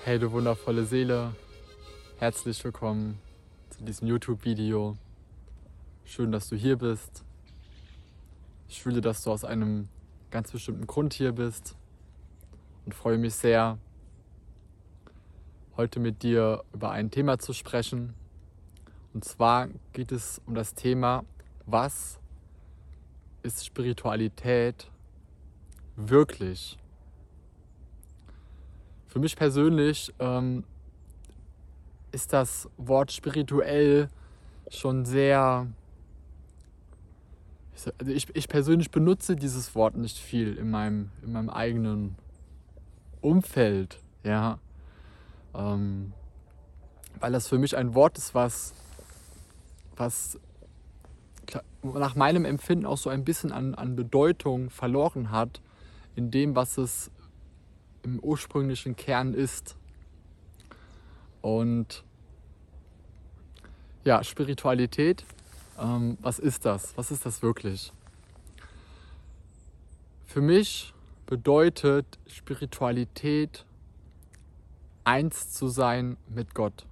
Hey du wundervolle Seele, herzlich willkommen zu diesem YouTube-Video. Schön, dass du hier bist. Ich fühle, dass du aus einem ganz bestimmten Grund hier bist und freue mich sehr, heute mit dir über ein Thema zu sprechen. Und zwar geht es um das Thema, was ist Spiritualität wirklich? Für mich persönlich ist das Wort spirituell schon sehr, also ich persönlich benutze dieses Wort nicht viel in meinem eigenen Umfeld, ja, weil das für mich ein Wort ist, was nach meinem Empfinden auch so ein bisschen an Bedeutung verloren hat in dem, was es im ursprünglichen Kern ist. Und ja, Spiritualität, was ist das? Was ist das wirklich? Für mich bedeutet Spiritualität, eins zu sein mit Gott.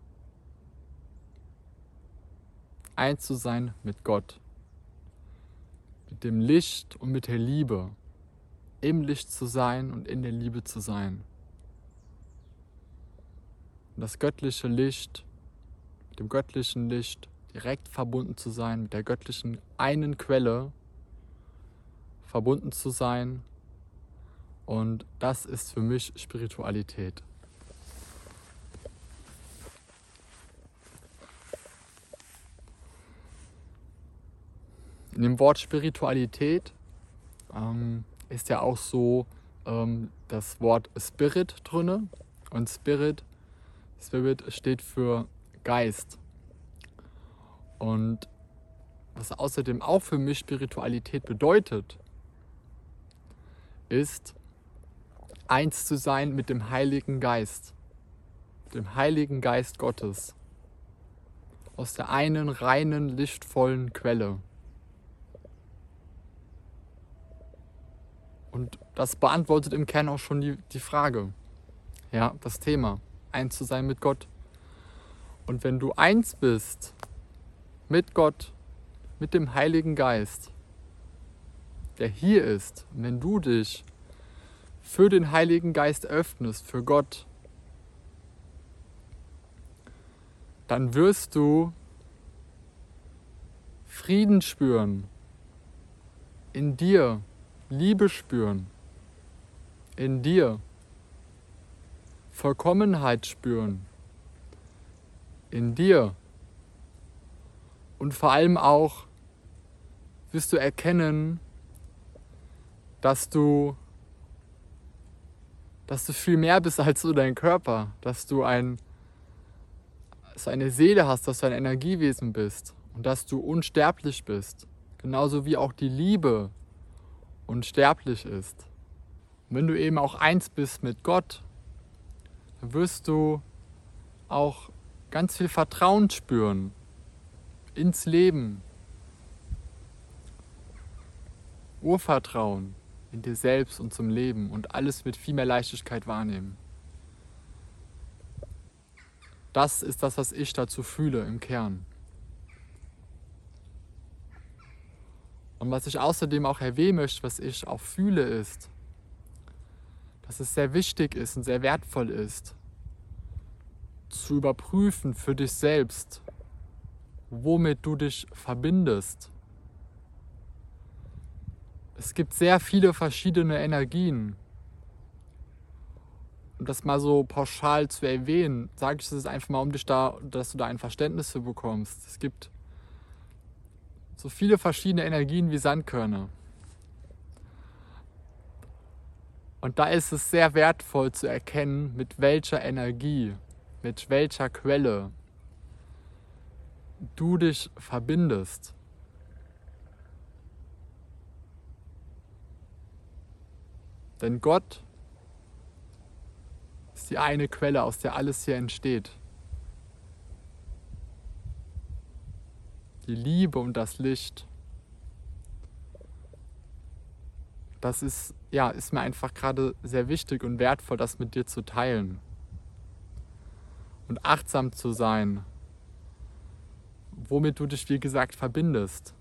Eins zu sein mit Gott. Mit dem Licht und mit der Liebe. Im Licht zu sein und in der Liebe zu sein. Und das göttliche Licht, mit dem göttlichen Licht direkt verbunden zu sein, mit der göttlichen einen Quelle verbunden zu sein. Und das ist für mich Spiritualität. In dem Wort Spiritualität ist ja auch so das Wort Spirit drin. Und Spirit steht für Geist. Und was außerdem auch für mich Spiritualität bedeutet, ist, eins zu sein mit dem Heiligen Geist. Dem Heiligen Geist Gottes. Aus der einen reinen, lichtvollen Quelle. Und das beantwortet im Kern auch schon die Frage. Ja, das Thema. Eins zu sein mit Gott. Und wenn du eins bist mit Gott, mit dem Heiligen Geist, der hier ist, und wenn du dich für den Heiligen Geist öffnest, für Gott, dann wirst du Frieden spüren, in dir Liebe spüren, in dir Vollkommenheit spüren, in dir. Und vor allem auch wirst du erkennen, dass du viel mehr bist als nur dein Körper, dass du eine Seele hast, dass du ein Energiewesen bist und dass du unsterblich bist, genauso wie auch die Liebe unsterblich ist. Und wenn du eben auch eins bist mit Gott, dann wirst du auch ganz viel Vertrauen spüren ins Leben, Urvertrauen in dir selbst und zum Leben und alles mit viel mehr Leichtigkeit wahrnehmen. Das ist das, was ich dazu fühle im Kern. Und was ich außerdem auch erwähnen möchte, was ich auch fühle, ist, dass es sehr wichtig ist und sehr wertvoll ist, zu überprüfen für dich selbst, womit du dich verbindest. Es gibt sehr viele verschiedene Energien. Um das mal so pauschal zu erwähnen, sage ich es einfach mal, dass du da ein Verständnis für bekommst. Es gibt so viele verschiedene Energien wie Sandkörner. Und da ist es sehr wertvoll zu erkennen, mit welcher Energie, mit welcher Quelle du dich verbindest. Denn Gott ist die eine Quelle, aus der alles hier entsteht. Die Liebe und das Licht. Das ist mir einfach gerade sehr wichtig und wertvoll, das mit dir zu teilen. und achtsam zu sein, womit du dich, wie gesagt, verbindest.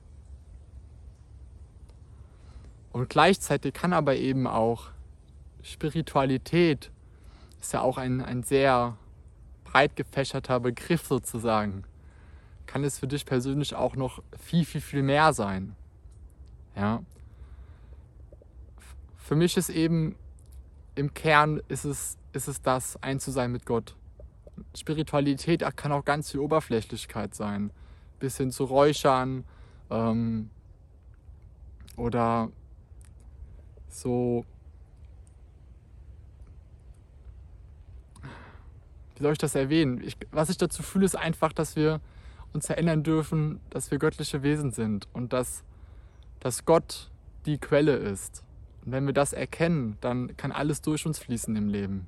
Und gleichzeitig kann aber eben auch Spiritualität, ist ja auch ein sehr breit gefächerter Begriff sozusagen, kann es für dich persönlich auch noch viel, viel, viel mehr sein. Ja. Für mich ist eben im Kern ist es das, eins zu sein mit Gott. Spiritualität kann auch ganz viel Oberflächlichkeit sein, bis hin zu Räuchern oder so, wie soll ich das erwähnen? Was ich dazu fühle, ist einfach, dass wir uns erinnern dürfen, dass wir göttliche Wesen sind und dass Gott die Quelle ist. Und wenn wir das erkennen, dann kann alles durch uns fließen im Leben.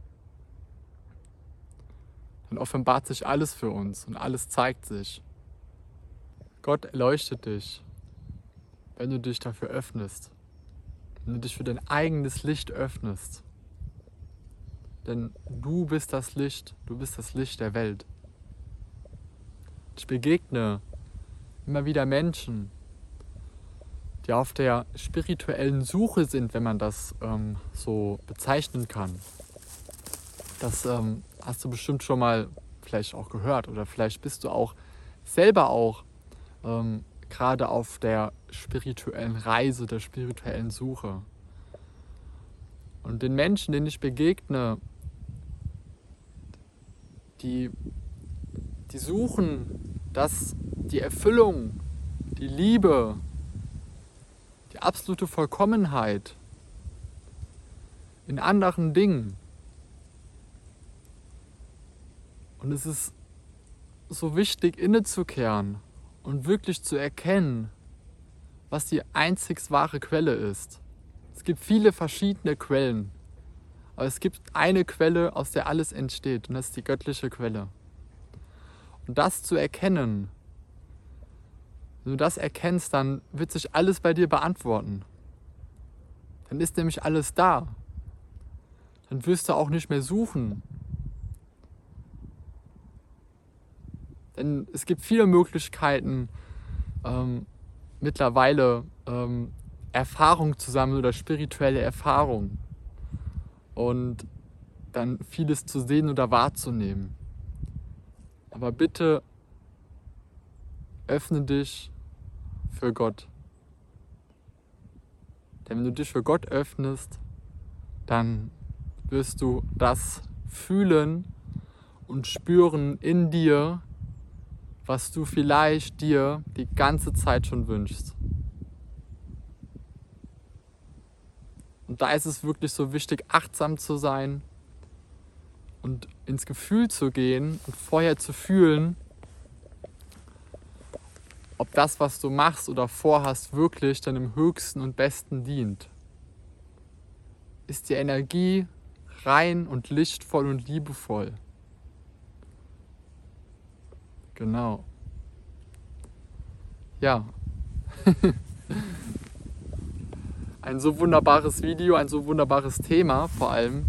Dann offenbart sich alles für uns und alles zeigt sich. Gott erleuchtet dich, wenn du dich dafür öffnest, wenn du dich für dein eigenes Licht öffnest. Denn du bist das Licht der Welt. Ich begegne immer wieder Menschen, die auf der spirituellen Suche sind, wenn man das so bezeichnen kann. Das hast du bestimmt schon mal vielleicht auch gehört oder vielleicht bist du auch selber auch gerade auf der spirituellen Reise, der spirituellen Suche. Und den Menschen, denen ich begegne, die suchen die Erfüllung, die Liebe, die absolute Vollkommenheit in anderen Dingen. Und es ist so wichtig, innezukehren und wirklich zu erkennen, was die einzig wahre Quelle ist. Es gibt viele verschiedene Quellen, aber es gibt eine Quelle, aus der alles entsteht, und das ist die göttliche Quelle. Und das zu erkennen, wenn du das erkennst, dann wird sich alles bei dir beantworten. Dann ist nämlich alles da. Dann wirst du auch nicht mehr suchen. Denn es gibt viele Möglichkeiten, mittlerweile Erfahrung zu sammeln oder spirituelle Erfahrung. Und dann vieles zu sehen oder wahrzunehmen. Aber bitte öffne dich für Gott. Denn wenn du dich für Gott öffnest, dann wirst du das fühlen und spüren in dir, was du vielleicht dir die ganze Zeit schon wünschst. Und da ist es wirklich so wichtig, achtsam zu sein und ins Gefühl zu gehen und vorher zu fühlen, ob das, was du machst oder vorhast, wirklich deinem Höchsten und Besten dient. Ist die Energie rein und lichtvoll und liebevoll? Genau. Ja. Ein so wunderbares Video, ein so wunderbares Thema vor allem.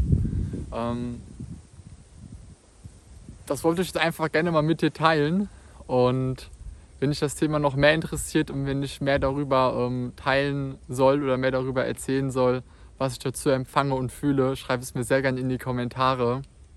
Das wollte ich jetzt einfach gerne mal mit dir teilen. Und wenn dich das Thema noch mehr interessiert und wenn ich mehr darüber teilen soll oder mehr darüber erzählen soll, was ich dazu empfange und fühle, schreib es mir sehr gerne in die Kommentare.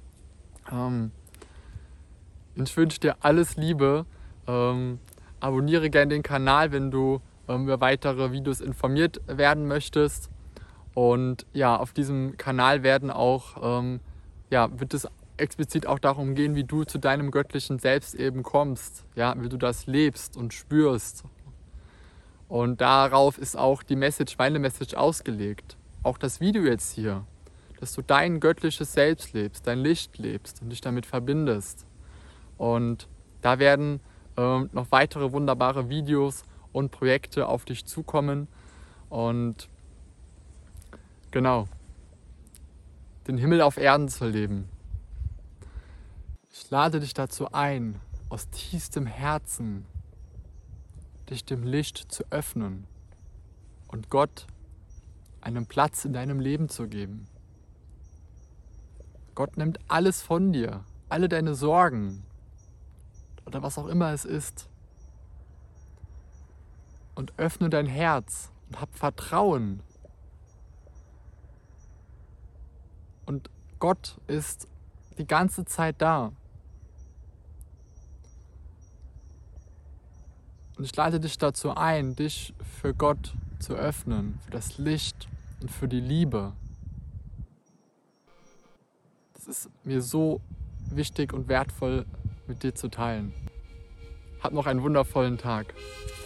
Ich wünsche dir alles Liebe. Abonniere gerne den Kanal, wenn du über weitere Videos informiert werden möchtest. Und ja, auf diesem Kanal werden auch, wird es explizit auch darum gehen, wie du zu deinem göttlichen Selbst eben kommst, ja, wie du das lebst und spürst. Und darauf ist auch meine Message ausgelegt. Auch das Video jetzt hier, dass du dein göttliches Selbst lebst, dein Licht lebst und dich damit verbindest. Und da werden noch weitere wunderbare Videos und Projekte auf dich zukommen. Und genau, den Himmel auf Erden zu leben. Ich lade dich dazu ein, aus tiefstem Herzen dich dem Licht zu öffnen und Gott einen Platz in deinem Leben zu geben. Gott nimmt alles von dir. alle deine Sorgen oder was auch immer es ist und öffne dein Herz und hab Vertrauen. Und Gott ist die ganze Zeit da. Und ich lade dich dazu ein, dich für Gott zu öffnen, für das Licht und für die Liebe. Das ist mir so wichtig und wertvoll, mit dir zu teilen. Hab noch einen wundervollen Tag.